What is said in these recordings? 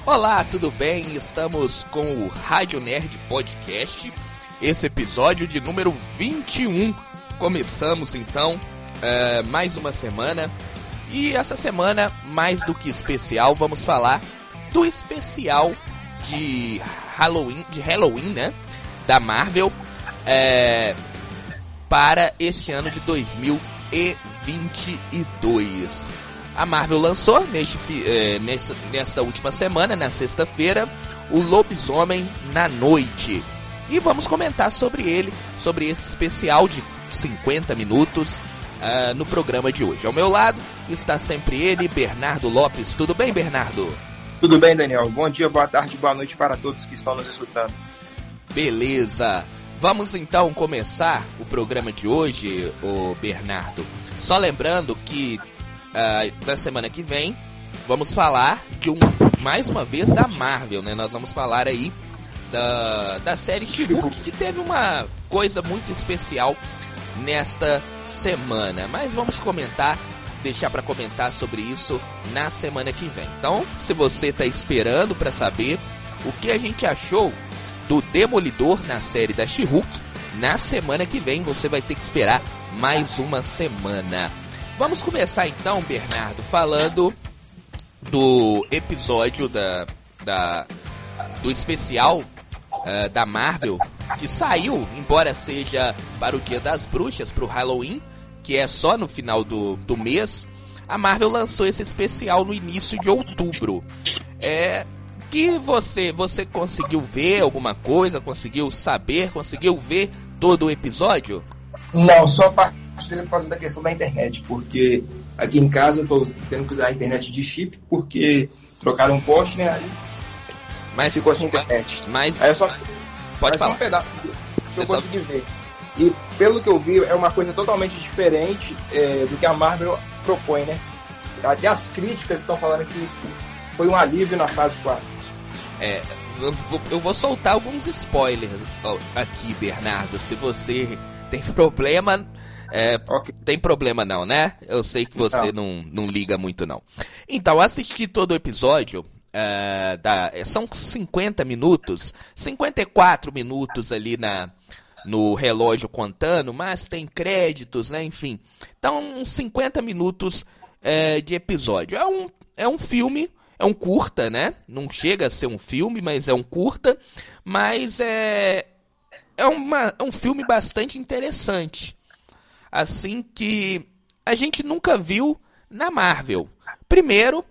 Olá, tudo bem? Estamos com o Rádio Nerd Podcast, esse episódio de número 21. Começamos então mais uma semana, e essa semana, mais do que especial, vamos falar do especial de Halloween, né, da Marvel, para este ano de 2022. A Marvel lançou nesta última semana, na sexta-feira, o Lobisomem na Noite. E vamos comentar sobre ele, sobre esse especial de 50 minutos no programa de hoje. Ao meu lado está sempre ele, Bernardo Lopes. Tudo bem, Bernardo? Tudo bem, Daniel. Bom dia, boa tarde, boa noite para todos que estão nos escutando. Beleza. Vamos então começar o programa de hoje, ô Bernardo. Só lembrando que da semana que vem vamos falar mais uma vez da Marvel, né? Nós vamos falar aí da série She-Hulk, que teve uma coisa muito especial nesta semana. Mas vamos deixar para comentar sobre isso na semana que vem. Então, se você está esperando para saber o que a gente achou do Demolidor na série da She-Hulk, na semana que vem você vai ter que esperar mais uma semana. Vamos começar então, Bernardo, falando do episódio do especial da Marvel, que saiu, embora seja para o Dia das Bruxas, para o Halloween, que é só no final do mês. A Marvel lançou esse especial no início de outubro. Que você conseguiu ver alguma coisa, conseguiu ver todo o episódio? Não, só parte dele por causa da questão da internet, porque aqui em casa eu tô tendo que usar a internet de chip, porque trocaram um poste, né, aí mas ficou sem internet. Mas aí eu só pode falar. Um pedaço que eu consegui ver. E pelo que eu vi, é uma coisa totalmente diferente do que a Marvel propõe, né? Até as críticas estão falando que foi um alívio na fase 4. Eu vou soltar alguns spoilers aqui, Bernardo. Se você tem problema... Okay. Tem problema não, né? Eu sei que você não liga muito não. Então, assisti todo o episódio. São 50 minutos, 54 minutos ali no relógio contando, mas tem créditos, né? Enfim, então uns 50 minutos de episódio. É um filme, é um curta, né? Não chega a ser um filme, mas é um curta. Mas é um filme bastante interessante, assim, que a gente nunca viu na Marvel. Primeiro,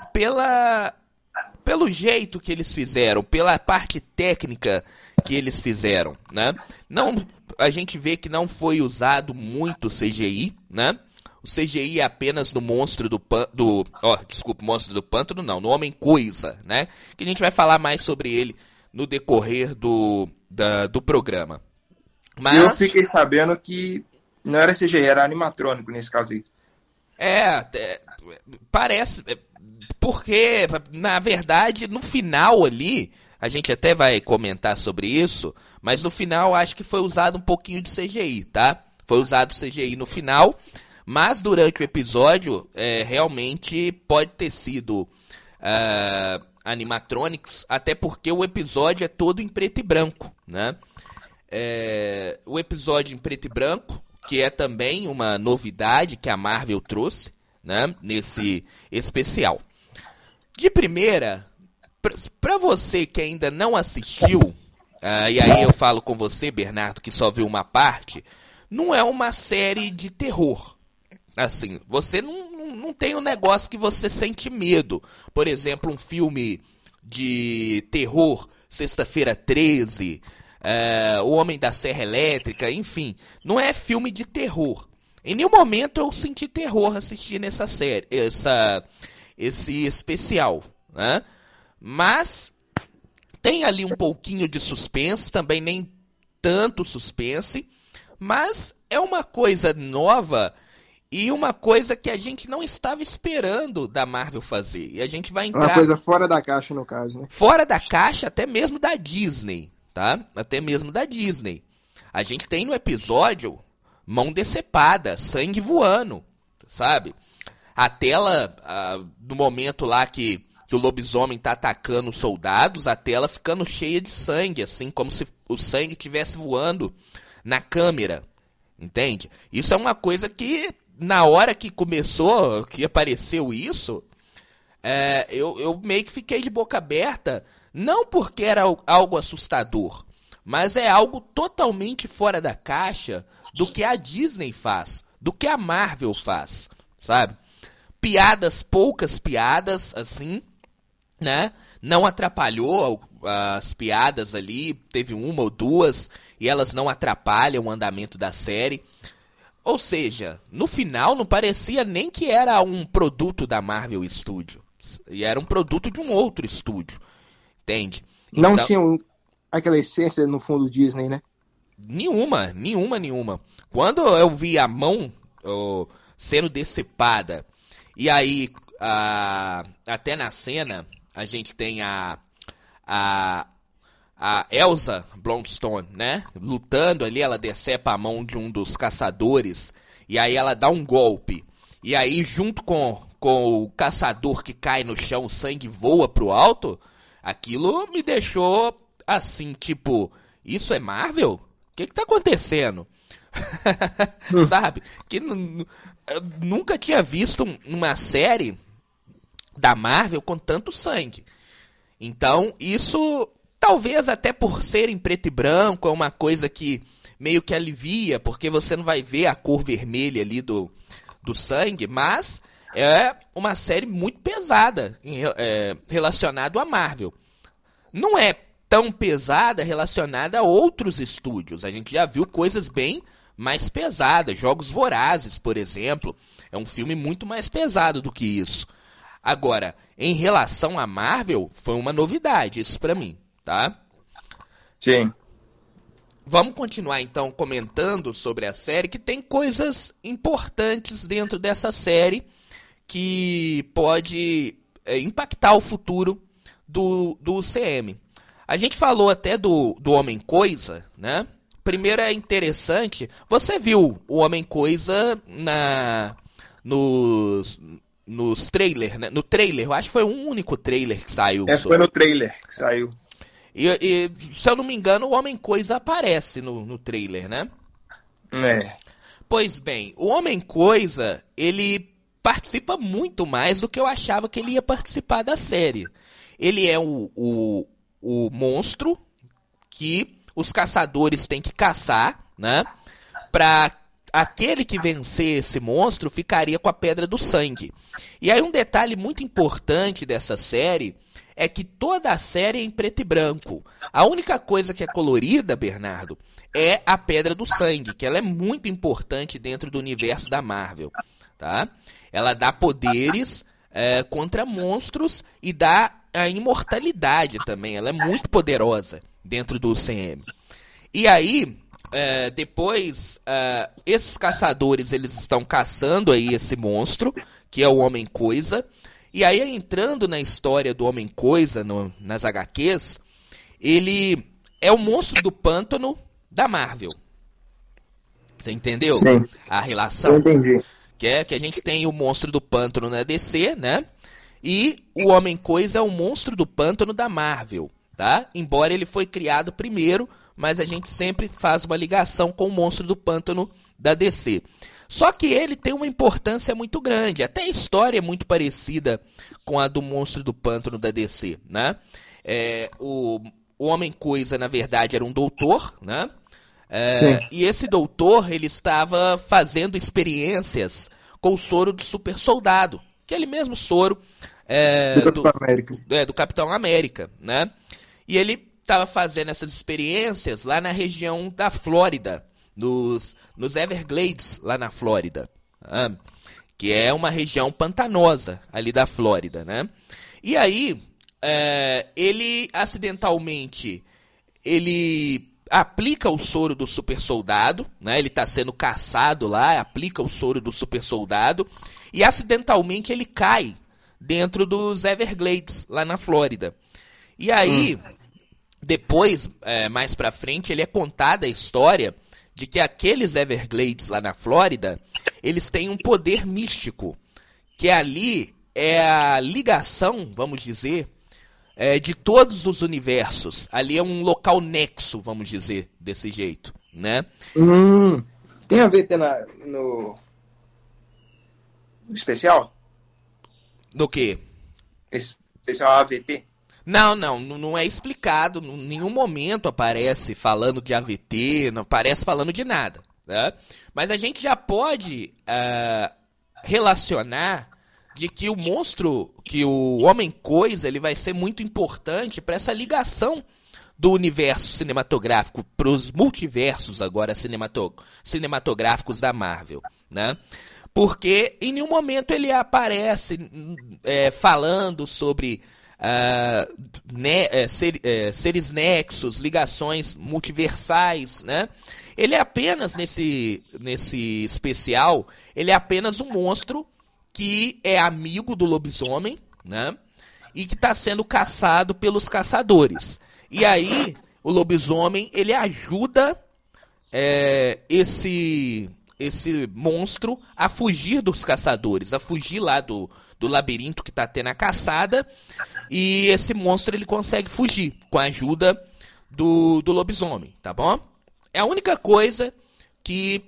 pelo jeito que eles fizeram, pela parte técnica que eles fizeram, né? A gente vê que não foi usado muito CGI, né? O CGI é apenas no monstro do pântano, no Homem-Coisa, né? Que a gente vai falar mais sobre ele no decorrer do programa. Mas eu fiquei sabendo que não era CGI, era animatrônico nesse caso aí. Parece... Porque, na verdade, no final ali, a gente até vai comentar sobre isso, mas no final acho que foi usado um pouquinho de CGI, tá? Foi usado CGI no final, mas durante o episódio, realmente pode ter sido animatronics, até porque o episódio é todo em preto e branco, né? O episódio em preto e branco, que é também uma novidade que a Marvel trouxe, né, nesse especial. De primeira, para você que ainda não assistiu, e aí eu falo com você, Bernardo, que só viu uma parte, não é uma série de terror. Assim, você não tem um negócio que você sente medo. Por exemplo, um filme de terror, Sexta-feira 13, O Homem da Serra Elétrica, enfim, não é filme de terror. Em nenhum momento eu senti terror assistindo essa série, esse especial, né? Mas tem ali um pouquinho de suspense, também nem tanto suspense, mas é uma coisa nova e uma coisa que a gente não estava esperando da Marvel fazer. E a gente vai entrar... Uma coisa fora da caixa, no caso, né? Fora da caixa, até mesmo da Disney, tá? Até mesmo da Disney. A gente tem no episódio mão decepada, sangue voando, sabe? A tela, do momento lá que que o lobisomem tá atacando os soldados, a tela ficando cheia de sangue, assim, como se o sangue estivesse voando na câmera, entende? Isso é uma coisa que, na hora que começou, que apareceu isso, eu meio que fiquei de boca aberta, não porque era algo assustador, mas é algo totalmente fora da caixa do que a Disney faz, do que a Marvel faz, sabe? Piadas, poucas piadas, assim, né? Não atrapalhou as piadas ali, teve uma ou duas, e elas não atrapalham o andamento da série. Ou seja, no final não parecia nem que era um produto da Marvel Studio, e era um produto de um outro estúdio, entende? Não tinha aquela essência no fundo Disney, né? Nenhuma. Quando eu vi a mão sendo decepada, e aí até na cena a gente tem a Elsa Blomstone, né? Lutando ali, ela decepa a mão de um dos caçadores, e aí ela dá um golpe. E aí, junto com o caçador que cai no chão, o sangue voa pro alto, aquilo me deixou assim, tipo, isso é Marvel? O que tá acontecendo? Sabe? Que eu nunca tinha visto uma série da Marvel com tanto sangue. Então, isso, talvez até por ser em preto e branco, é uma coisa que meio que alivia, porque você não vai ver a cor vermelha ali do sangue, mas é uma série muito pesada relacionado à Marvel. Não é tão pesada relacionada a outros estúdios. A gente já viu coisas bem mais pesadas. Jogos Vorazes, por exemplo, é um filme muito mais pesado do que isso. Agora, em relação à Marvel, foi uma novidade isso pra mim, tá? Sim. Vamos continuar então comentando sobre a série, que tem coisas importantes dentro dessa série que pode impactar o futuro do UCM. A gente falou até do Homem-Coisa, né? Primeiro é interessante, você viu o Homem-Coisa nos trailers, né? No trailer, eu acho que foi o único trailer que saiu. Foi no trailer que saiu. E se eu não me engano, o Homem-Coisa aparece no trailer, né? Pois bem, o Homem-Coisa, ele participa muito mais do que eu achava que ele ia participar da série. Ele é o monstro que os caçadores têm que caçar, né? Pra aquele que vencer esse monstro ficaria com a Pedra do Sangue. E aí um detalhe muito importante dessa série é que toda a série é em preto e branco. A única coisa que é colorida, Bernardo, é a Pedra do Sangue, que ela é muito importante dentro do universo da Marvel, tá? Ela dá poderes contra monstros e dá a imortalidade também. Ela é muito poderosa dentro do UCM. E aí, depois, esses caçadores, eles estão caçando aí esse monstro, que é o Homem-Coisa. E aí, entrando na história do Homem-Coisa, nas HQs, ele é o monstro do pântano da Marvel. Você entendeu? Sim. A relação? Eu entendi. Que a gente tem o monstro do pântano na DC, né? E o Homem-Coisa é o monstro do pântano da Marvel, tá? Embora ele foi criado primeiro, mas a gente sempre faz uma ligação com o monstro do pântano da DC. Só que ele tem uma importância muito grande, até a história é muito parecida com a do monstro do pântano da DC, né? O Homem-Coisa, na verdade, era um doutor, né? E esse doutor, ele estava fazendo experiências com o soro do super soldado, aquele mesmo soro do Capitão América, né? E ele estava fazendo essas experiências lá na região da Flórida, nos Everglades, lá na Flórida, que é uma região pantanosa ali da Flórida, né? E aí, ele acidentalmente, ele aplica o soro do super soldado, né? Ele está sendo caçado lá, aplica o soro do super soldado e acidentalmente ele cai dentro dos Everglades, lá na Flórida. E aí, depois, mais pra frente, ele é contada a história de que aqueles Everglades lá na Flórida, eles têm um poder místico, que ali é a ligação, vamos dizer, de todos os universos. Ali é um local nexo, vamos dizer, desse jeito, né? Tem a ver no especial? Do quê? Esse especial AVT? Não é explicado, em nenhum momento aparece falando de AVT, não aparece falando de nada, né? Mas a gente já pode relacionar de que o monstro, que o Homem-Coisa, ele vai ser muito importante para essa ligação do universo cinematográfico, para os multiversos agora cinematográficos da Marvel, né? Porque em nenhum momento ele aparece falando sobre seres nexos, ligações multiversais, né? Ele é apenas, nesse especial, ele é apenas um monstro que é amigo do lobisomem, né? E que está sendo caçado pelos caçadores. E aí, o lobisomem, ele ajuda esse monstro a fugir dos caçadores, a fugir lá do labirinto que está tendo a caçada. E esse monstro, ele consegue fugir com a ajuda do lobisomem, tá bom? É a única coisa que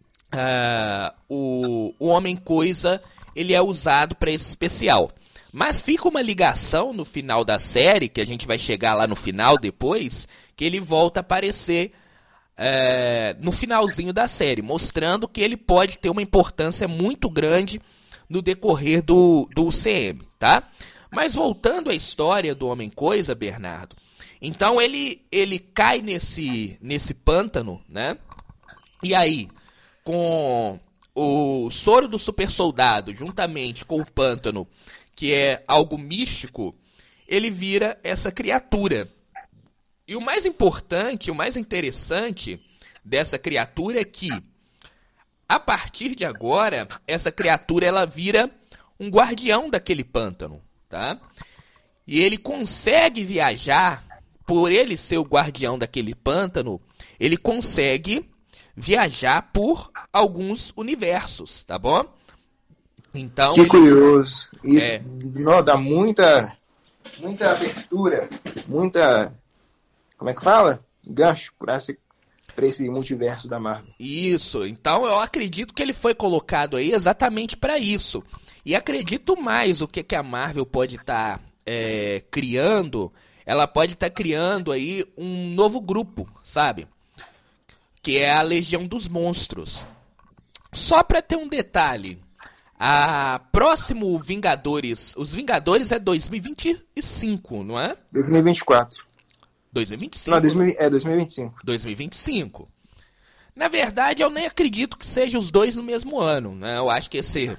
o Homem-Coisa ele é usado para esse especial. Mas fica uma ligação no final da série, que a gente vai chegar lá no final depois, que ele volta a aparecer no finalzinho da série, mostrando que ele pode ter uma importância muito grande no decorrer do UCM, tá? Mas voltando à história do Homem-Coisa, Bernardo, então ele cai nesse pântano, né? E aí, com o soro do super soldado, juntamente com o pântano, que é algo místico, ele vira essa criatura. E o mais importante, o mais interessante dessa criatura é que, a partir de agora, essa criatura ela vira um guardião daquele pântano, tá? E ele consegue viajar, por ele ser o guardião daquele pântano, ele consegue viajar por alguns universos, tá bom? Então, que curioso. Isso dá muita abertura, muita... Como é que fala? Gancho para esse multiverso da Marvel. Isso. Então, eu acredito que ele foi colocado aí exatamente para isso. E acredito mais o que a Marvel pode estar criando. Ela pode estar criando aí um novo grupo, sabe? Que é a Legião dos Monstros. Só para ter um detalhe, próximo Vingadores, os Vingadores é 2025, não é? 2024. 2025? Não, 2025. 2025. Na verdade, eu nem acredito que sejam os dois no mesmo ano, né? Eu acho que esse...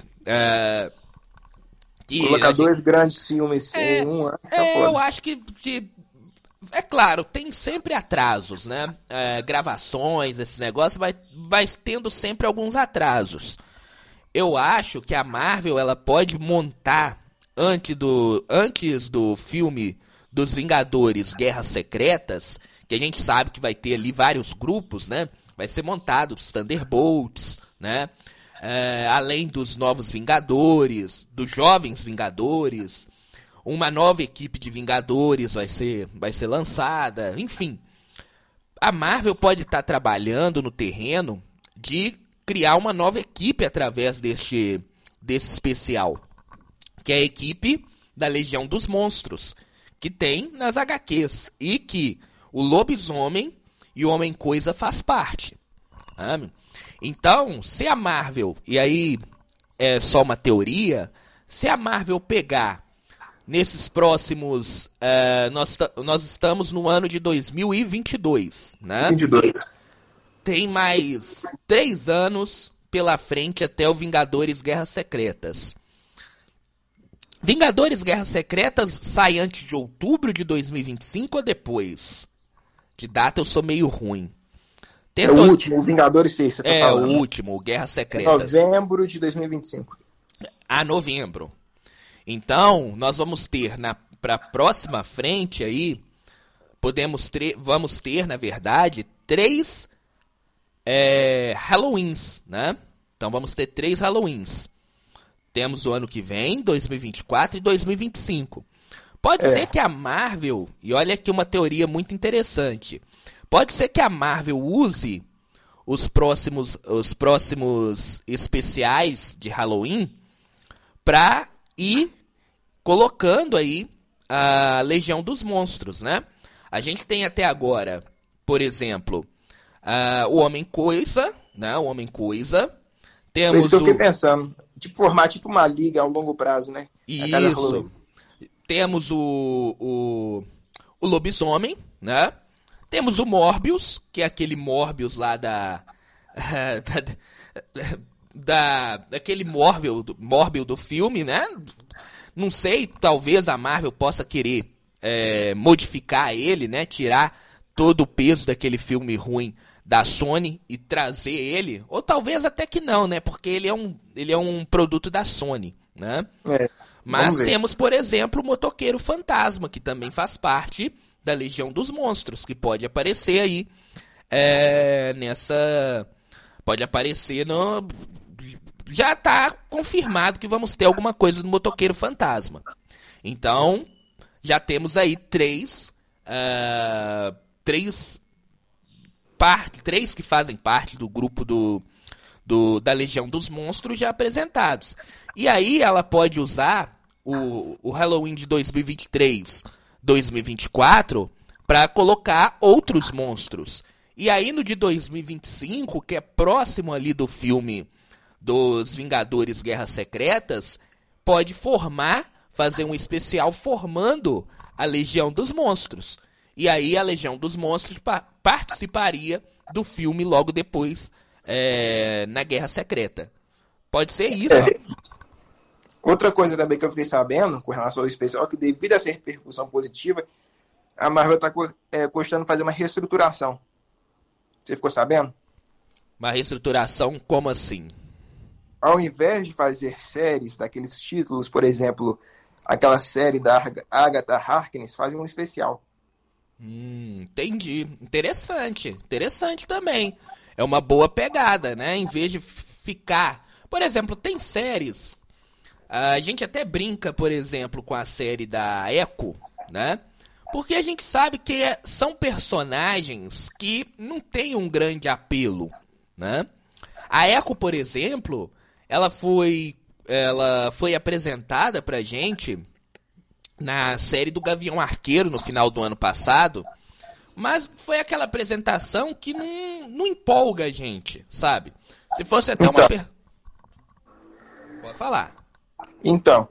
colocar dois grandes filmes em um ano. Eu acho que é claro, tem sempre atrasos, né? Gravações, esses negócios, vai tendo sempre alguns atrasos. Eu acho que a Marvel ela pode montar antes do filme dos Vingadores Guerras Secretas, que a gente sabe que vai ter ali vários grupos, né? Vai ser montado os Thunderbolts, né? Além dos Novos Vingadores, dos Jovens Vingadores, uma nova equipe de Vingadores vai ser lançada, enfim. A Marvel pode estar trabalhando no terreno de criar uma nova equipe através desse especial, que é a equipe da Legião dos Monstros, que tem nas HQs, e que o Lobisomem e o Homem-Coisa faz parte. Sabe? Então, se a Marvel, e aí é só uma teoria, se a Marvel pegar nesses próximos... nós estamos no ano de 2022, né? 22. Tem mais 3 anos pela frente até o Vingadores Guerras Secretas. Vingadores Guerras Secretas sai antes de outubro de 2025 ou depois? De data eu sou meio ruim. É o último, o Vingadores 6, você tá falando. É o último, o Guerras Secretas. Novembro de 2025. Novembro. Então, nós vamos ter para a próxima frente aí, vamos ter, na verdade, 3 Halloweens, né? Então vamos ter 3 Halloweens. Temos o ano que vem, 2024 e 2025. Pode ser que a Marvel, e olha aqui uma teoria muito interessante, pode ser que a Marvel use os próximos especiais de Halloween para ir colocando aí a Legião dos Monstros, né? A gente tem até agora, por exemplo, o Homem-Coisa, né? O Homem-Coisa. Temos isso que eu fiquei pensando. Formar uma liga a longo prazo, né? Isso. Temos o Lobisomem, né? Temos o Morbius, que é aquele Morbius lá daquele Morbius do filme, né? Não sei, talvez a Marvel possa querer modificar ele, né? Tirar todo o peso daquele filme ruim da Sony e trazer ele, ou talvez até que não, né? Porque ele é um produto da Sony, né? Mas temos, por exemplo, o Motoqueiro Fantasma, que também faz parte da Legião dos Monstros, que pode aparecer aí pode aparecer no... Já está confirmado que vamos ter alguma coisa do Motoqueiro Fantasma. Então, já temos aí três que fazem parte do grupo da Legião dos Monstros já apresentados. E aí ela pode usar o Halloween de 2023, 2024 para colocar outros monstros. E aí no de 2025, que é próximo ali do filme dos Vingadores Guerras Secretas, pode fazer um especial formando a Legião dos Monstros. E aí a Legião dos Monstros participaria do filme logo depois, na Guerra Secreta. Pode ser isso. Outra coisa também que eu fiquei sabendo com relação ao especial, que devido a essa repercussão positiva, a Marvel está cogitando fazer uma reestruturação. Você ficou sabendo? Uma reestruturação como assim? Ao invés de fazer séries daqueles títulos, por exemplo, aquela série da Agatha Harkness, fazem um especial. Entendi. Interessante também. É uma boa pegada, né? Em vez de ficar... Por exemplo, tem séries... A gente até brinca, por exemplo, com a série da Echo, né? Porque a gente sabe que são personagens que não têm um grande apelo, né? A Echo, por exemplo, ela foi apresentada pra gente na série do Gavião Arqueiro no final do ano passado, mas foi aquela apresentação que não empolga a gente, sabe? Se fosse até uma... Pode falar. Então,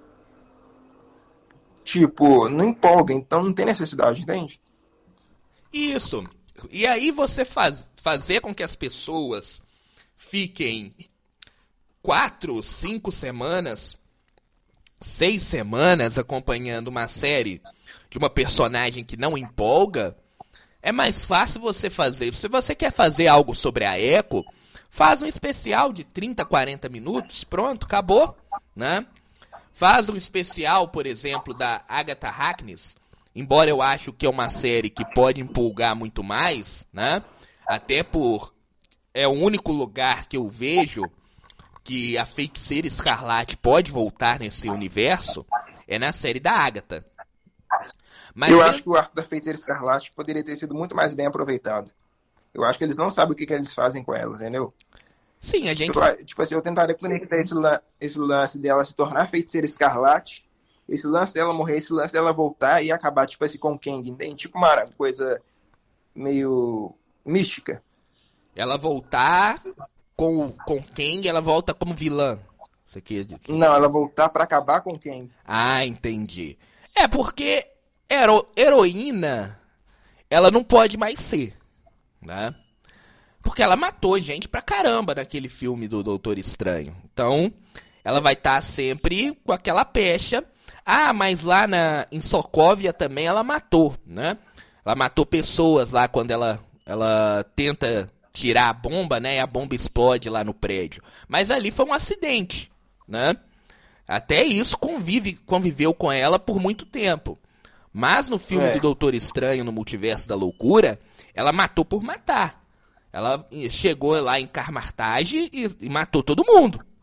não empolga, então não tem necessidade, entende? Isso. E aí você fazer com que as pessoas fiquem 4, 5 semanas, 6 semanas acompanhando uma série de uma personagem que não empolga, é mais fácil você fazer. Se você quer fazer algo sobre a Echo, faz um especial de 30, 40 minutos, pronto, acabou, né? Faz um especial, por exemplo, da Agatha Harkness, embora eu acho que é uma série que pode empolgar muito mais, né? Até é o único lugar que eu vejo que a Feiticeira Escarlate pode voltar nesse universo, é na série da Agatha. Mas eu acho que o arco da Feiticeira Escarlate poderia ter sido muito mais bem aproveitado. Eu acho que eles não sabem o que eles fazem com ela, entendeu? Sim, a gente... eu tentaria conectar esse lance dela se tornar Feiticeira Escarlate, esse lance dela morrer, esse lance dela voltar e acabar, com Kang, entende? Uma coisa meio mística. Ela voltar com Kang, ela volta como vilã. Você quer dizer? Não, ela voltar pra acabar com Kang. Ah, entendi. Porque heroína, ela não pode mais ser, né? Porque ela matou gente pra caramba naquele filme do Doutor Estranho. Então, ela vai estar sempre com aquela pecha. Ah, mas lá em Sokovia também ela matou, né? Ela matou pessoas lá quando ela tenta tirar a bomba, né? E a bomba explode lá no prédio. Mas ali foi um acidente, né? Até isso conviveu com ela por muito tempo. Mas no filme do Doutor Estranho, no Multiverso da Loucura, ela matou por matar. Ela chegou lá em Karmartage e matou todo mundo.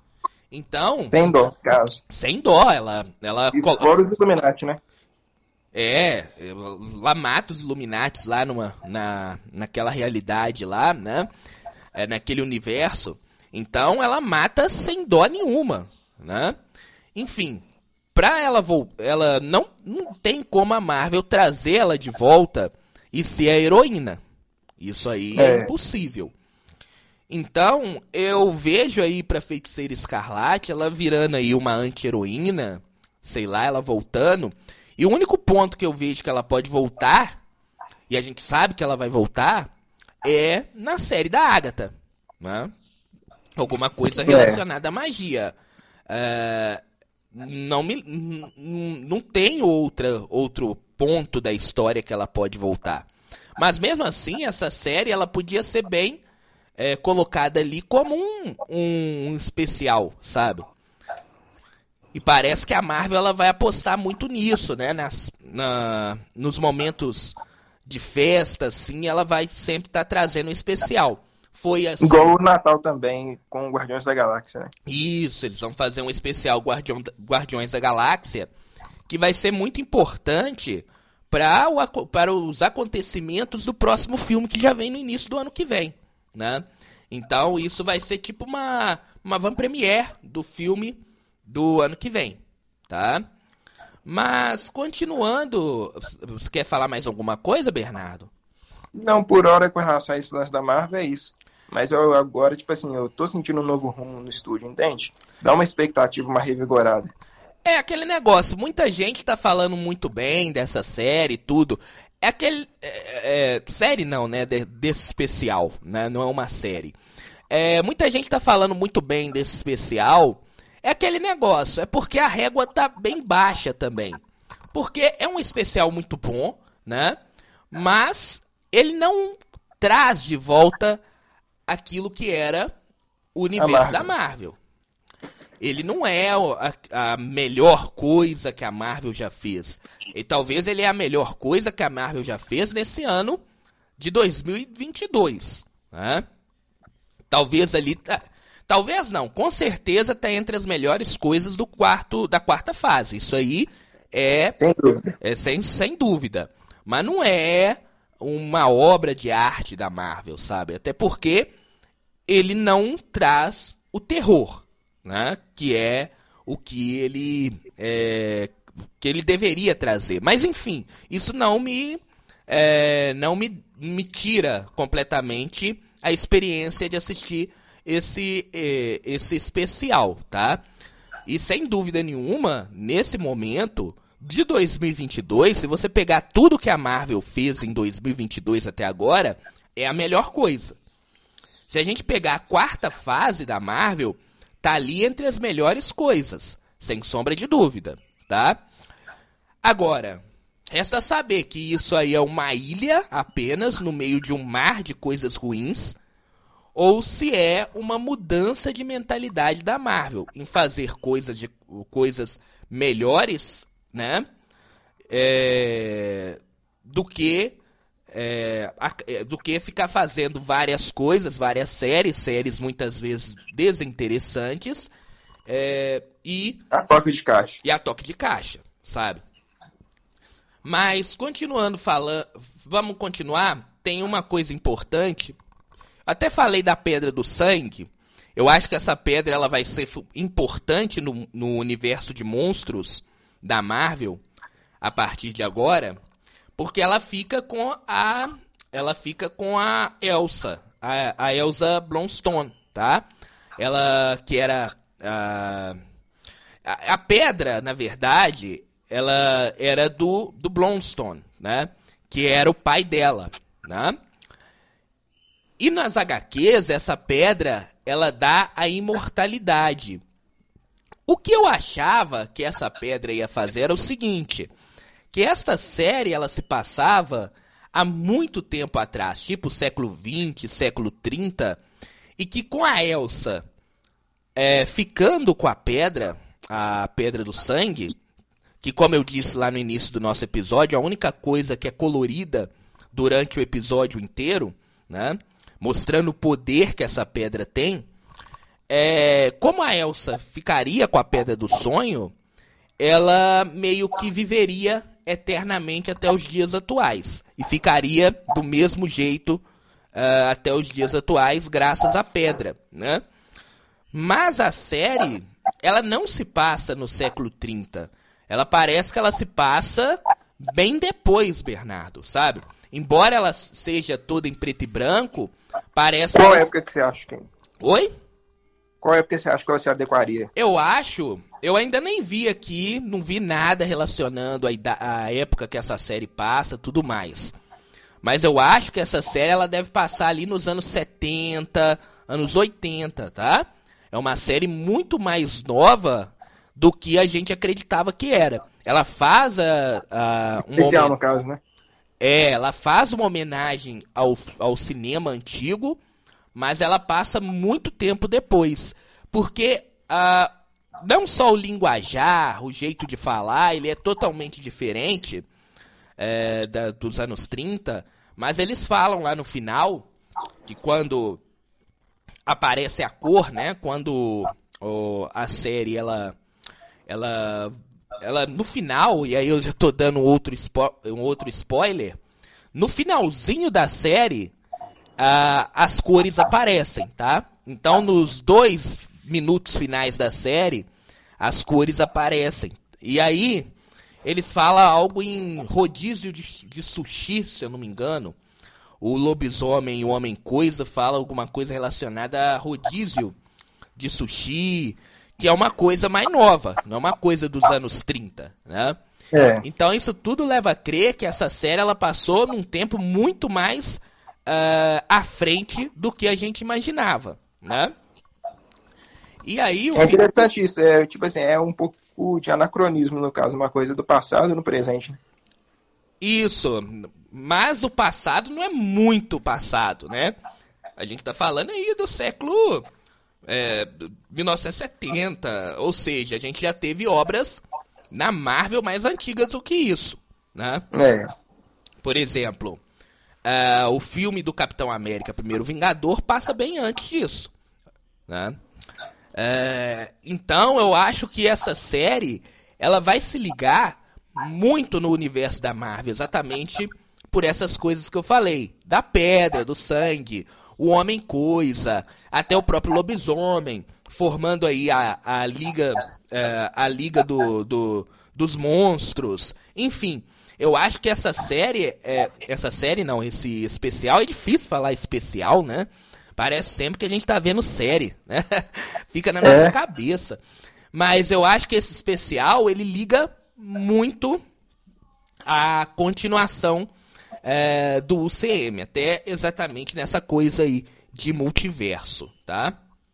Então... Sem dó, caso. Sem dó, ela e fora os Illuminati, né? Ela mata os Illuminates lá naquela realidade lá, né? Naquele universo. Então ela mata sem dó nenhuma, né? Enfim, pra ela não tem como a Marvel trazer ela de volta e ser a heroína. Isso aí é impossível. Então, eu vejo aí pra Feiticeira Escarlate, ela virando aí uma anti-heroína, sei lá, ela voltando. E o único ponto que eu vejo que ela pode voltar, e a gente sabe que ela vai voltar, é na série da Agatha, né? Alguma coisa relacionada à magia. Não tem outro ponto da história que ela pode voltar. Mas mesmo assim, essa série ela podia ser bem colocada ali como um especial, sabe? E parece que a Marvel ela vai apostar muito nisso, né? Nos momentos de festa, assim, ela vai sempre estar trazendo um especial. Foi assim... Igual o Natal também, com Guardiões da Galáxia, né? Isso, eles vão fazer um especial Guardiões da Galáxia, que vai ser muito importante para os acontecimentos do próximo filme, que já vem no início do ano que vem, né? Então, isso vai ser tipo uma van-premiere do filme do ano que vem, tá? Mas, continuando, você quer falar mais alguma coisa, Bernardo? Não, por hora, com relação a esse lance da Marvel, é isso. Mas eu agora, tipo assim, eu tô sentindo um novo rumo no estúdio, entende? Dá uma expectativa, uma revigorada. É aquele negócio, muita gente tá falando muito bem dessa série e tudo. É aquele... série não, né? Desse especial, né? Não é uma série. Muita gente tá falando muito bem desse especial. É aquele negócio, é porque a régua tá bem baixa também. Porque é um especial muito bom, né? Mas ele não traz de volta aquilo que era o universo da Marvel. Ele não é a melhor coisa que a Marvel já fez. E talvez ele é a melhor coisa que a Marvel já fez nesse ano de 2022. Né? Talvez ali... Talvez não, com certeza está entre as melhores coisas da quarta fase. Isso aí sem dúvida. Mas não é uma obra de arte da Marvel, sabe? Até porque ele não traz o terror, né? Que é o que ele deveria trazer. Mas enfim, isso não me tira completamente a experiência de assistir esse especial, tá? E sem dúvida nenhuma, nesse momento de 2022, se você pegar tudo que a Marvel fez em 2022 até agora, é a melhor coisa. Se a gente pegar a quarta fase da Marvel, tá ali entre as melhores coisas, sem sombra de dúvida, tá? Agora, resta saber que isso aí é uma ilha apenas no meio de um mar de coisas ruins, ou se é uma mudança de mentalidade da Marvel em fazer coisas melhores, né? Do que ficar fazendo várias coisas, várias séries muitas vezes desinteressantes e a toque de caixa. E a toque de caixa, sabe? Mas continuando falando, vamos continuar. Tem uma coisa importante. Até falei da Pedra do Sangue. Eu acho que essa pedra ela vai ser importante no universo de monstros da Marvel a partir de agora, porque ela fica com a Elsa, a Elsa Blonstone, tá? Ela que era a pedra, na verdade, ela era do Blonstone, né? Que era o pai dela, né? E nas HQs, essa pedra, ela dá a imortalidade. O que eu achava que essa pedra ia fazer era o seguinte, que esta série, ela se passava há muito tempo atrás, tipo século XX, século 30, e que com a Elsa ficando com a Pedra do Sangue, que como eu disse lá no início do nosso episódio, a única coisa que é colorida durante o episódio inteiro, né? Mostrando o poder que essa pedra tem, como a Elsa ficaria com a Pedra do Sonho, ela meio que viveria eternamente até os dias atuais. E ficaria do mesmo jeito até os dias atuais, graças à pedra, né? Mas a série, ela não se passa no século 30. Ela parece que ela se passa bem depois, Bernardo, sabe? Embora ela seja toda em preto e branco, parece... Qual época que você acha, Ken? Oi? Qual época você acha que ela se adequaria? Eu ainda nem vi aqui, não vi nada relacionando a época que essa série passa, tudo mais. Mas eu acho que essa série ela deve passar ali nos anos 70, anos 80, tá? É uma série muito mais nova do que a gente acreditava que era. Ela faz especial, no caso, né? Ela faz uma homenagem ao cinema antigo, mas ela passa muito tempo depois. Porque não só o linguajar, o jeito de falar, ele é totalmente diferente dos anos 30, mas eles falam lá no final que quando aparece a cor, né? Quando a série, ela no final, e aí eu já tô dando um outro spoiler, no finalzinho da série, as cores aparecem, tá? Então, nos 2 minutos finais da série, as cores aparecem. E aí, eles falam algo em rodízio de sushi, se eu não me engano. O lobisomem e o homem-coisa falam alguma coisa relacionada a rodízio de sushi, que é uma coisa mais nova, não é uma coisa dos anos 30, né? Então isso tudo leva a crer que essa série ela passou num tempo muito mais à frente do que a gente imaginava, né? E aí interessante isso, tipo assim, é um pouco de anacronismo no caso, uma coisa do passado no presente, né? Isso, mas o passado não é muito passado, né? A gente tá falando aí do século 1970, ou seja, a gente já teve obras na Marvel mais antigas do que isso, né? Por exemplo, o filme do Capitão América, Primeiro Vingador, passa bem antes disso, né? Então eu acho que essa série ela vai se ligar muito no universo da Marvel, exatamente por essas coisas que eu falei, da pedra, do sangue, o Homem-Coisa, até o próprio lobisomem, formando aí a liga dos monstros, enfim. Eu acho que esse especial, é difícil falar especial, né? Parece sempre que a gente tá vendo série, né? Fica na nossa cabeça. Mas eu acho que esse especial, ele liga muito à continuação do UCM, até exatamente nessa coisa aí de multiverso, tá?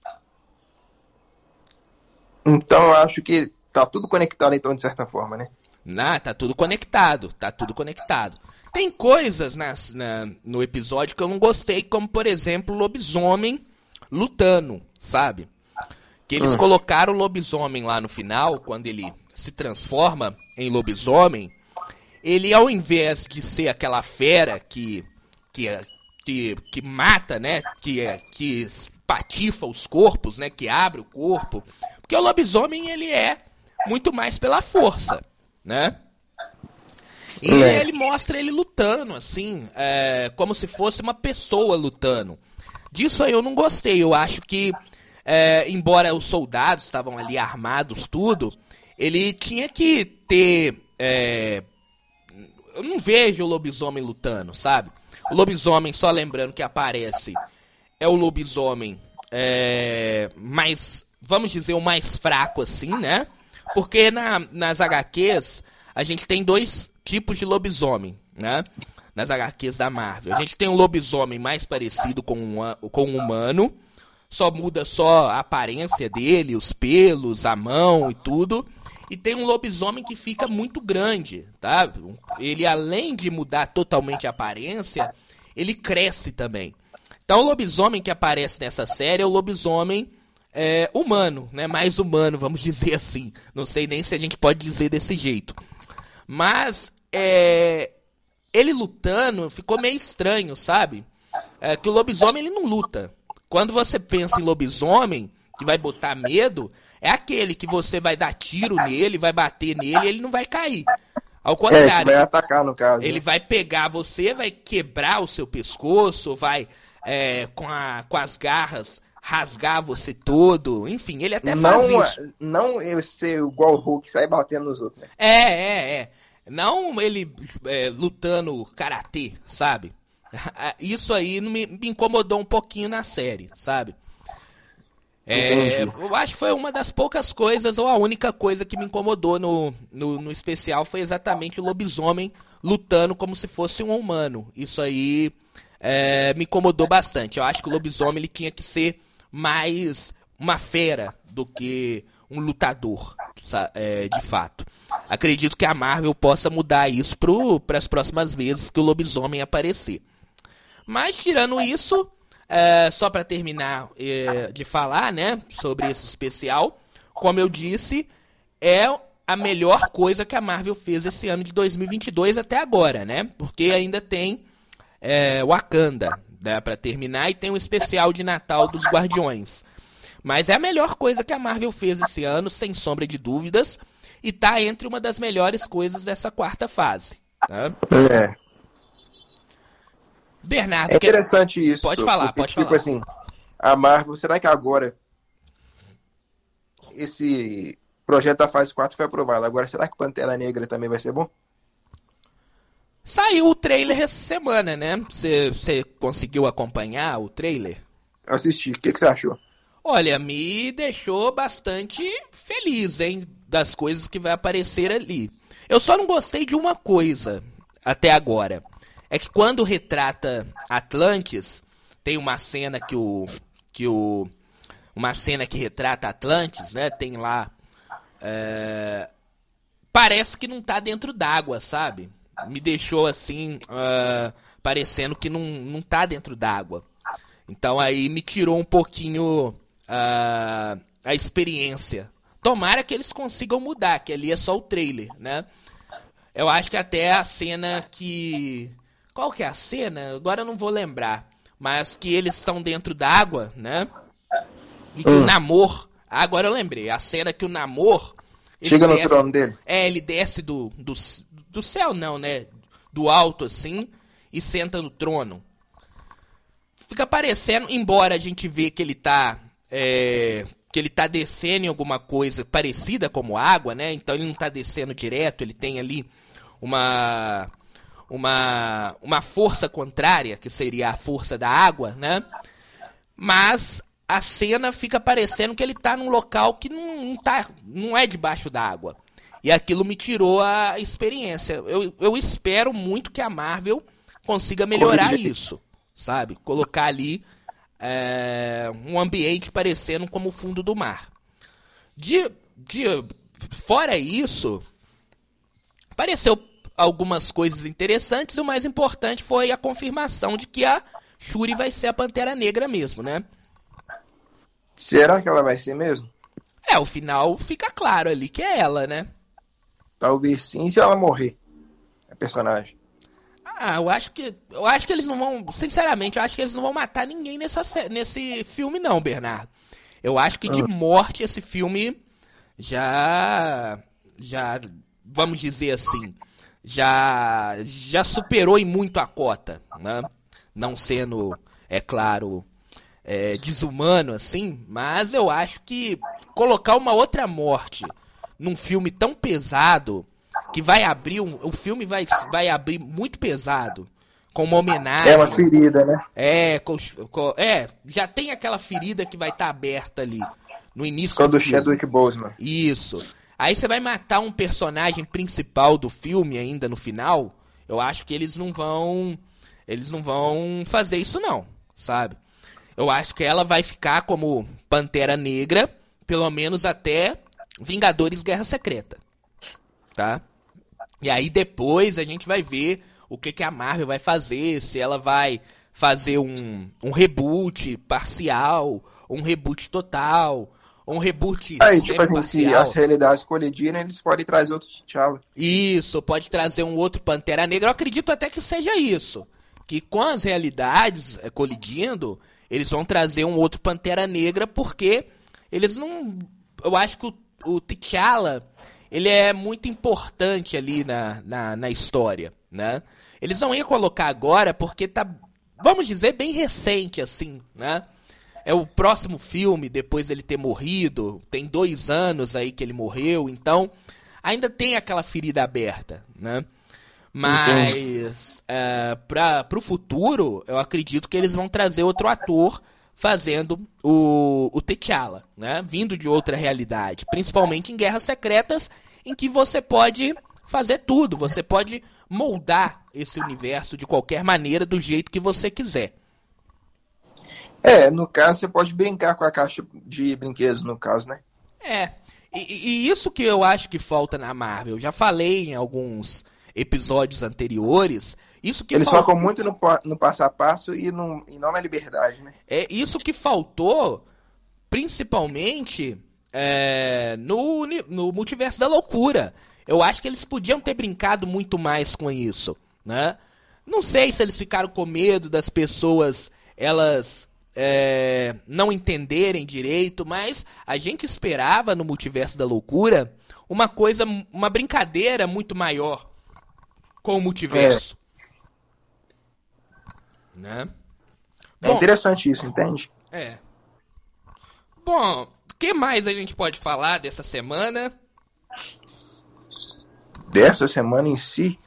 Então eu acho que tá tudo conectado, então, de certa forma, né? Tá tudo conectado, Tem coisas no episódio que eu não gostei, como, por exemplo, o lobisomem lutando, sabe? Que eles colocaram o lobisomem lá no final, quando ele se transforma em lobisomem, ele, ao invés de ser aquela fera que mata, né? Que patifa os corpos, né? Que abre o corpo. Porque o lobisomem, ele é muito mais pela força, né? E ele mostra ele lutando, assim, como se fosse uma pessoa lutando. Disso aí eu não gostei. Eu acho que, embora os soldados estavam ali armados, tudo, ele tinha que ter... eu não vejo o lobisomem lutando, sabe? O lobisomem, só lembrando que aparece, é o lobisomem mais, vamos dizer, o mais fraco, assim, né? Porque nas HQs, a gente tem 2 tipos de lobisomem, né? Nas HQs da Marvel. A gente tem um lobisomem mais parecido com um humano, só muda a aparência dele, os pelos, a mão e tudo. E tem um lobisomem que fica muito grande, tá? Ele, além de mudar totalmente a aparência, ele cresce também. Então, o lobisomem que aparece nessa série é o lobisomem humano, né? Mais humano, vamos dizer assim. Não sei nem se a gente pode dizer desse jeito. Mas, ele lutando ficou meio estranho, sabe? Que o lobisomem, ele não luta. Quando você pensa em lobisomem, que vai botar medo é aquele que você vai dar tiro nele, vai bater nele e ele não vai cair. Ao contrário, que vai atacar, no caso. ele vai pegar você, vai quebrar o seu pescoço, vai com as garras rasgar você todo. Enfim, ele até faz isso. Não ele ser igual o Hulk, sair batendo nos outros. Né? Não ele lutando karatê, sabe? Isso aí me incomodou um pouquinho na série, sabe? Eu acho que foi uma das poucas coisas, ou a única coisa que me incomodou no especial foi exatamente o lobisomem lutando como se fosse um humano. Isso aí me incomodou bastante. Eu acho que o lobisomem ele tinha que ser mais uma fera do que um lutador, de fato. Acredito que a Marvel possa mudar isso para as próximas vezes que o lobisomem aparecer. Mas tirando isso, só para terminar de falar, né, sobre esse especial, como eu disse, é a melhor coisa que a Marvel fez esse ano de 2022 até agora, né? Porque ainda tem Wakanda, né, para terminar, e tem um especial de Natal dos Guardiões. Mas é a melhor coisa que a Marvel fez esse ano, sem sombra de dúvidas, e tá entre uma das melhores coisas dessa quarta fase. Tá? Bernardo, é interessante isso. Pode falar, porque, pode tipo falar. assim, a Marvel, será que agora esse projeto da fase 4 foi aprovado? Agora, será que Pantera Negra também vai ser bom? Saiu o trailer essa semana, né? Você conseguiu acompanhar o trailer? Assisti. O que você achou? Olha, me deixou bastante feliz, hein? Das coisas que vai aparecer ali. Eu só não gostei de uma coisa até agora. É que quando retrata Atlantis, tem uma cena uma cena que retrata Atlantis, né? Tem lá parece que não tá dentro d'água, sabe? Me deixou assim parecendo que não tá dentro d'água. Então aí me tirou um pouquinho a experiência. Tomara que eles consigam mudar, que ali é só o trailer, né? Eu acho que até a cena que... Qual que é a cena? Agora eu não vou lembrar. Mas que eles estão dentro d'água, né? E que o Namor... Agora eu lembrei. A cena que o Namor... Chega no trono dele. Ele desce do céu, não, né? Do alto, assim, e senta no trono. Fica parecendo, embora a gente vê que ele tá descendo em alguma coisa parecida como água, né? Então ele não tá descendo direto, ele tem ali uma força contrária, que seria a força da água, né? Mas a cena fica parecendo que ele tá num local que não é debaixo da água. E aquilo me tirou a experiência. Eu espero muito que a Marvel consiga melhorar isso, sabe? Colocar ali um ambiente parecendo como o fundo do mar. Fora isso, apareceu algumas coisas interessantes, e o mais importante foi a confirmação de que a Shuri vai ser a Pantera Negra mesmo, né? Será que ela vai ser mesmo? O final fica claro ali que é ela, né? Talvez sim, se ela morrer. A personagem. Eu acho que eles não vão... Sinceramente, eu acho que eles não vão matar ninguém nesse filme não, Bernardo. Eu acho que de morte esse filme já vamos dizer assim, já superou em muito a cota, né? Não sendo, é claro, desumano assim, mas eu acho que colocar uma outra morte num filme tão pesado, que vai abrir o filme vai abrir muito pesado, com uma homenagem. É uma ferida, né? Já tem aquela ferida que vai estar aberta ali no início do filme. Chadwick Boseman. Isso. Aí você vai matar um personagem principal do filme ainda no final. Eu acho que eles não vão fazer isso não, sabe? Eu acho que ela vai ficar como Pantera Negra, pelo menos até Vingadores Guerra Secreta, tá? E aí depois a gente vai ver o que a Marvel vai fazer, se ela vai fazer um reboot parcial, um reboot total, um reboot parcial. Se as realidades colidirem, eles podem trazer outro T'Challa. Isso, pode trazer um outro Pantera Negra. Eu acredito até que seja isso. Que com as realidades colidindo, eles vão trazer um outro Pantera Negra, porque eles não... Eu acho que o T'Challa, ele é muito importante ali na história, né? Eles não iam colocar agora porque tá, vamos dizer, bem recente, assim, né? É o próximo filme, depois dele ter morrido, tem 2 anos aí que ele morreu, então ainda tem aquela ferida aberta, né? Mas pro futuro, eu acredito que eles vão trazer outro ator fazendo o T'Challa, né? Vindo de outra realidade, principalmente em Guerras Secretas, em que você pode fazer tudo, você pode moldar esse universo de qualquer maneira, do jeito que você quiser. No caso, você pode brincar com a caixa de brinquedos, no caso, né? E isso que eu acho que falta na Marvel. Eu já falei em alguns episódios anteriores. Isso que eles focam muito no passo a passo e não na liberdade, né? É isso que faltou, principalmente no Multiverso da Loucura. Eu acho que eles podiam ter brincado muito mais com isso, né? Não sei se eles ficaram com medo das pessoas, elas não entenderem direito, mas a gente esperava no Multiverso da Loucura uma brincadeira muito maior com o multiverso. Né? É interessante isso, entende? Bom, o que mais a gente pode falar dessa semana? Dessa semana em si?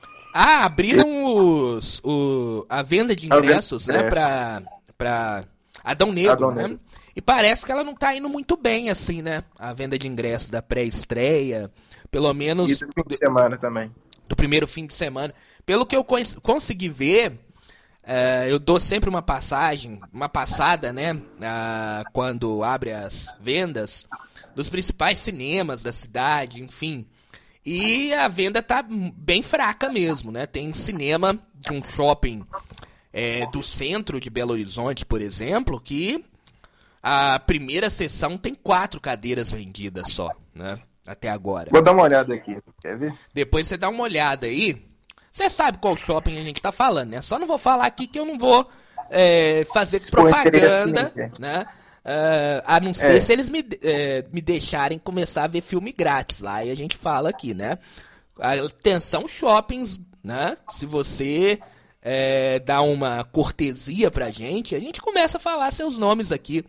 Abriram a venda de ingressos, né, pra Adão Negro, né? Negro. E parece que ela não tá indo muito bem, assim, né? A venda de ingressos da pré-estreia, pelo menos... E do fim de semana também. Do primeiro fim de semana. Pelo que eu consegui ver, eu dou sempre uma passada, né? Quando abre as vendas dos principais cinemas da cidade, enfim. E a venda tá bem fraca mesmo, né? Tem cinema de um shopping do centro de Belo Horizonte, por exemplo, que a primeira sessão tem 4 cadeiras vendidas só, né? Até agora. Vou dar uma olhada aqui, quer ver? Depois você dá uma olhada aí. Você sabe qual shopping a gente tá falando, né? Só não vou falar aqui que eu não vou fazer propaganda, né? A não ser se eles me deixarem começar a ver filme grátis lá, e a gente fala aqui, né? Atenção shoppings, né? Se você dá uma cortesia pra gente, a gente começa a falar seus nomes aqui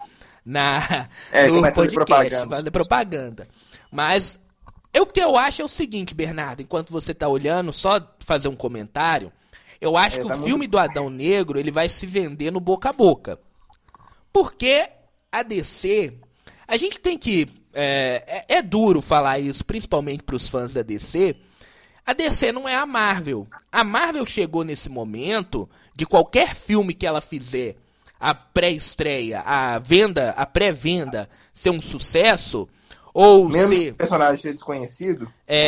no podcast, fazer propaganda. Mas o que eu acho é o seguinte, Bernardo, enquanto você tá olhando, só fazer um comentário, eu acho que o filme do Adão Negro, ele vai se vender no boca a boca. Porque a DC, a gente tem que... É duro falar isso, principalmente para os fãs da DC. A DC não é a Marvel. A Marvel chegou nesse momento de qualquer filme que ela fizer, a pré-estreia, a pré-venda ser um sucesso, ou mesmo que o personagem seja desconhecido?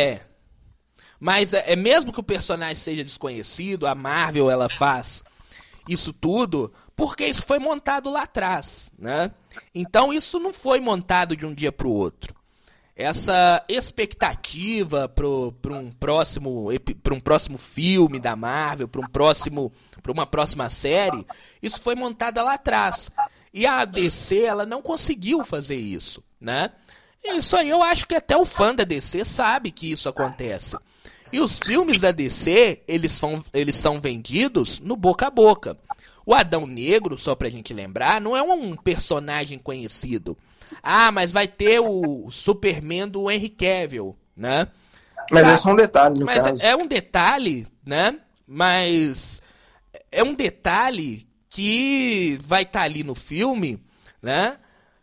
Mas mesmo que o personagem seja desconhecido, a Marvel ela faz isso tudo porque isso foi montado lá atrás, né? Então isso não foi montado de um dia para o outro. Essa expectativa para um próximo filme da Marvel, para uma próxima série, isso foi montada lá atrás. E a DC ela não conseguiu fazer isso, né? Isso aí eu acho que até o fã da DC sabe que isso acontece. E os filmes da DC, eles são vendidos no boca a boca. O Adão Negro, só pra gente lembrar, não é um personagem conhecido. Mas vai ter o Superman do Henry Cavill, né? Mas é só um detalhe, no caso. Mas é um detalhe, né? Mas é um detalhe que vai estar ali no filme, né?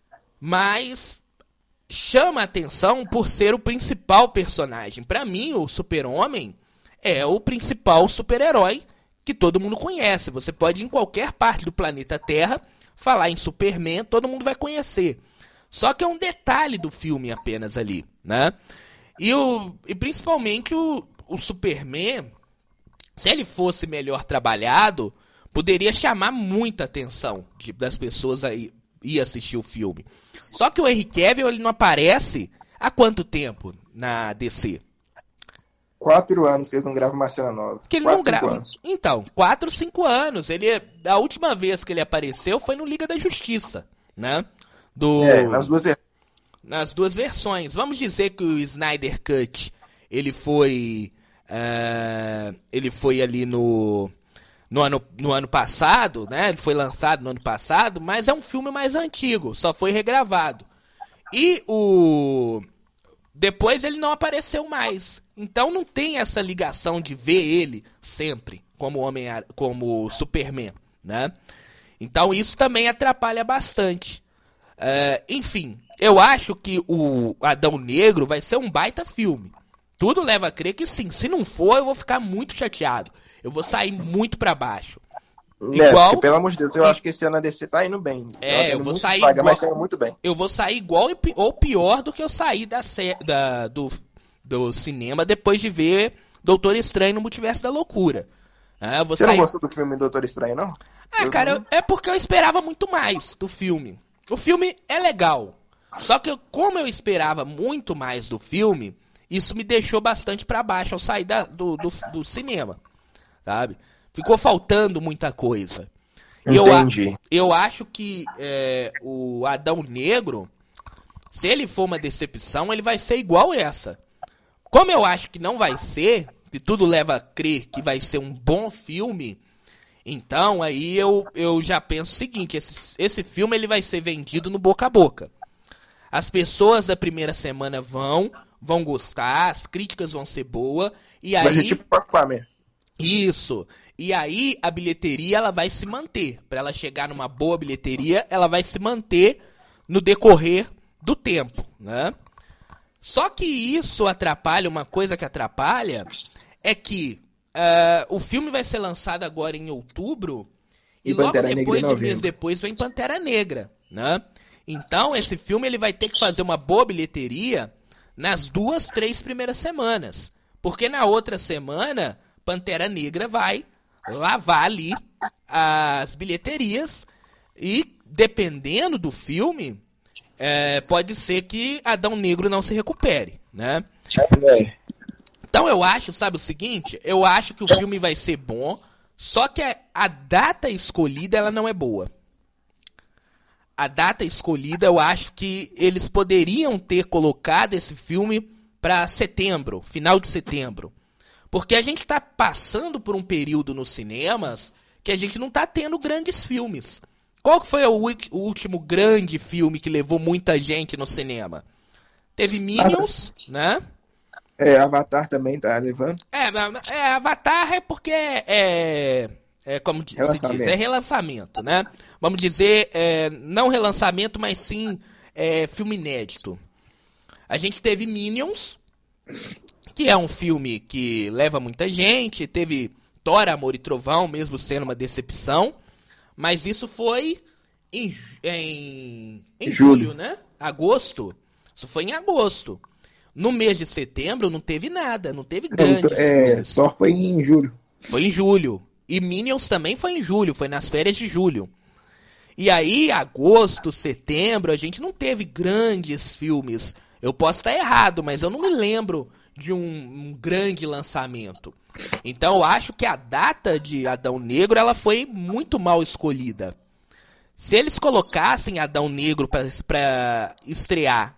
Mas chama a atenção por ser o principal personagem. Pra mim, o Super-Homem é o principal super-herói que todo mundo conhece. Você pode ir em qualquer parte do planeta Terra, falar em Superman, todo mundo vai conhecer. Só que é um detalhe do filme apenas ali, né? E principalmente o Superman, se ele fosse melhor trabalhado, poderia chamar muita atenção das pessoas aí ir assistir o filme. Só que o Henry Cavill, ele não aparece há quanto tempo na DC? 4 anos que ele não grava uma cena nova. Que ele 4, não grava. Anos. Então, 4, 5 anos. A última vez que ele apareceu foi no Liga da Justiça, né? Nas duas. nas duas versões. Vamos dizer que o Snyder Cut, ele foi ali no ano passado, né? Ele foi lançado no ano passado, mas é um filme mais antigo, só foi regravado. E depois ele não apareceu mais. Então não tem essa ligação de ver ele sempre como Superman, né? Então isso também atrapalha bastante. Enfim, eu acho que o Adão Negro vai ser um baita filme. Tudo leva a crer que sim. Se não for, eu vou ficar muito chateado. Eu vou sair muito pra baixo. Igual, porque, pelo amor de Deus, eu acho que esse ano a DC tá indo bem. Eu vou sair igual, mas saiu muito bem. Eu vou sair igual ou pior do que eu saí do cinema depois de ver Doutor Estranho no Multiverso da Loucura. Você não gostou do filme Doutor Estranho, não? Cara, é porque eu esperava muito mais do filme. O filme é legal. Só que como eu esperava muito mais do filme, isso me deixou bastante pra baixo ao sair do cinema, sabe? Ficou faltando muita coisa. Entendi. Eu acho que o Adão Negro, se ele for uma decepção, ele vai ser igual essa. Como eu acho que não vai ser, que tudo leva a crer que vai ser um bom filme, então aí eu já penso o seguinte, esse filme ele vai ser vendido no boca a boca. As pessoas da primeira semana vão gostar, as críticas vão ser boas, e aí... Vai ser tipo Aquaman. Isso. E aí a bilheteria ela vai se manter. Para ela chegar numa boa bilheteria, ela vai se manter no decorrer do tempo, né? Só que isso atrapalha, uma coisa que atrapalha é que o filme vai ser lançado agora em outubro e logo depois, um mês depois, vem Pantera Negra, né? Então esse filme ele vai ter que fazer uma boa bilheteria nas 2-3 primeiras semanas. Porque na outra semana, Pantera Negra vai lavar ali as bilheterias e, dependendo do filme, pode ser que Adão Negro não se recupere, né? Então eu acho, sabe o seguinte? Eu acho que o filme vai ser bom, só que a data escolhida ela não é boa. A data escolhida, eu acho que eles poderiam ter colocado esse filme para setembro, final de setembro. Porque a gente está passando por um período nos cinemas que a gente não está tendo grandes filmes. Qual que foi o último grande filme que levou muita gente no cinema? Teve Minions, né? Avatar também tá levando. Avatar é porque como se diz, é relançamento, né? Vamos dizer, não relançamento, mas sim filme inédito. A gente teve Minions, que é um filme que leva muita gente, teve Thor, Amor e Trovão, mesmo sendo uma decepção, mas isso foi em julho, né? Agosto. Isso foi em agosto. No mês de setembro não teve nada, não teve grandes filmes. Só foi em julho. Foi em julho. E Minions também foi em julho, foi nas férias de julho. E aí, agosto, setembro, a gente não teve grandes filmes. Eu posso estar errado, mas eu não me lembro de um grande lançamento. Então eu acho que a data de Adão Negro ela foi muito mal escolhida. Se eles colocassem Adão Negro para estrear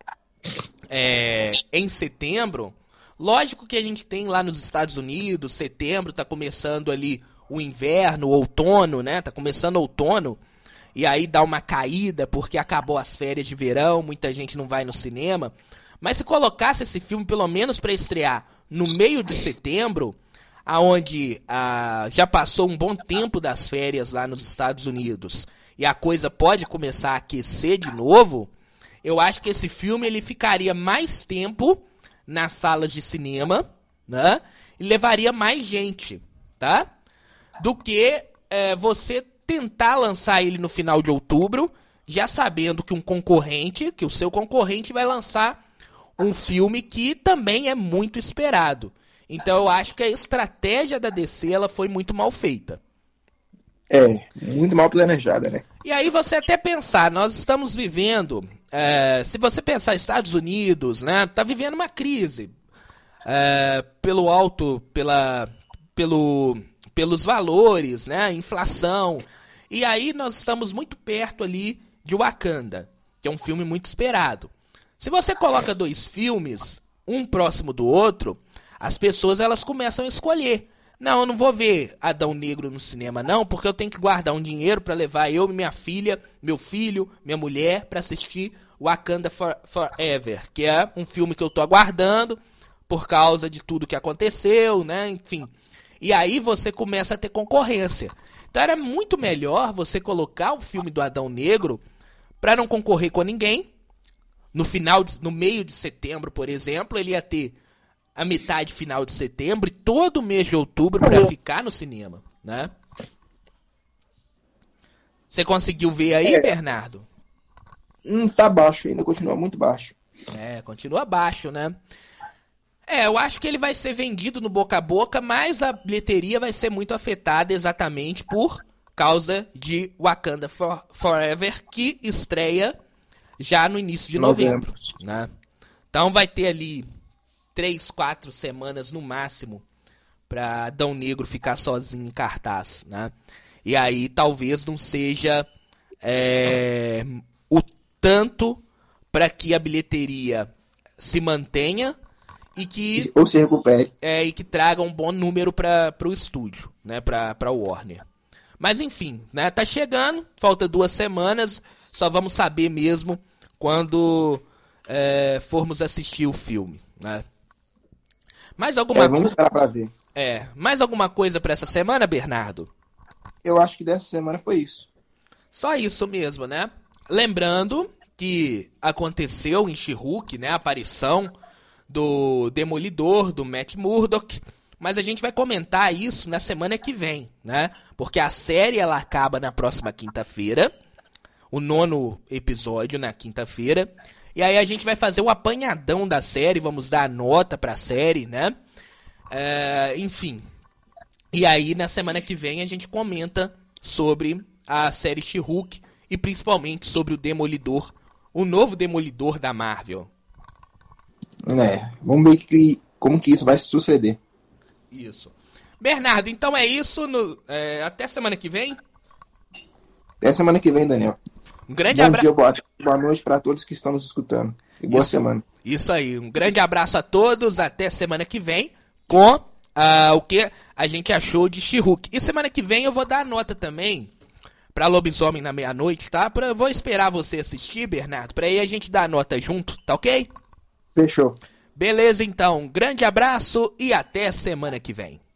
em setembro, lógico que a gente tem lá nos Estados Unidos, setembro, tá começando ali o inverno, o outono, né? Tá começando o outono, e aí dá uma caída porque acabou as férias de verão, muita gente não vai no cinema. Mas se colocasse esse filme pelo menos para estrear no meio de setembro, aonde já passou um bom tempo das férias lá nos Estados Unidos e a coisa pode começar a aquecer de novo, eu acho que esse filme ele ficaria mais tempo nas salas de cinema, né? E levaria mais gente, tá? Do que você tentar lançar ele no final de outubro, já sabendo que que o seu concorrente vai lançar um filme que também é muito esperado. Então eu acho que a estratégia da DC ela foi muito mal feita. Muito mal planejada, né? E aí você até pensar, nós estamos vivendo, se você pensar Estados Unidos, né, tá vivendo uma crise pelos valores, né, inflação. E aí nós estamos muito perto ali de Wakanda, que é um filme muito esperado. Se você coloca 2 filmes, um próximo do outro, as pessoas elas começam a escolher. Não, eu não vou ver Adão Negro no cinema não, porque eu tenho que guardar um dinheiro para levar eu, minha filha, meu filho, minha mulher para assistir Wakanda Forever, que é um filme que eu tô aguardando por causa de tudo que aconteceu, né? Enfim. E aí você começa a ter concorrência. Então era muito melhor você colocar o filme do Adão Negro para não concorrer com ninguém. No meio de setembro, por exemplo, ele ia ter a metade final de setembro e todo o mês de outubro para ficar no cinema, né? Você conseguiu ver aí, Bernardo? Tá baixo ainda, continua muito baixo. Continua baixo, né? Eu acho que ele vai ser vendido no boca a boca, mas a bilheteria vai ser muito afetada exatamente por causa de Wakanda Forever, que estreia já no início de novembro, né? Então vai ter ali 3, 4 semanas no máximo para Adão Negro ficar sozinho em cartaz, né? E aí talvez não seja o tanto para que a bilheteria se mantenha ou se recupere. E que traga um bom número para o estúdio, né? Para o Warner. Mas enfim, né? Tá chegando, falta 2 semanas, só vamos saber mesmo quando formos assistir o filme, né? Vamos esperar pra ver. Mais alguma coisa pra essa semana, Bernardo? Eu acho que dessa semana foi isso. Só isso mesmo, né? Lembrando que aconteceu em She-Hulk, né? A aparição do Demolidor, do Matt Murdock. Mas a gente vai comentar isso na semana que vem, né? Porque a série ela acaba na próxima quinta-feira. O 9º episódio na quinta-feira. E aí a gente vai fazer o apanhadão da série, vamos dar a nota pra série, né? Enfim. E aí na semana que vem a gente comenta sobre a série She-Hulk e principalmente sobre o Demolidor, o novo Demolidor da Marvel. Vamos ver como que isso vai suceder. Isso. Bernardo, então é isso. Até semana que vem? Até semana que vem, Daniel. Um grande abraço. Bom dia, boa noite para todos que estão nos escutando. E boa semana. Isso aí. Um grande abraço a todos. Até semana que vem com o que a gente achou de She-Hulk. E semana que vem eu vou dar a nota também pra Lobisomem na Meia-Noite, tá? Vou esperar você assistir, Bernardo, pra aí a gente dar a nota junto, tá ok? Fechou. Beleza, então. Um grande abraço e até semana que vem.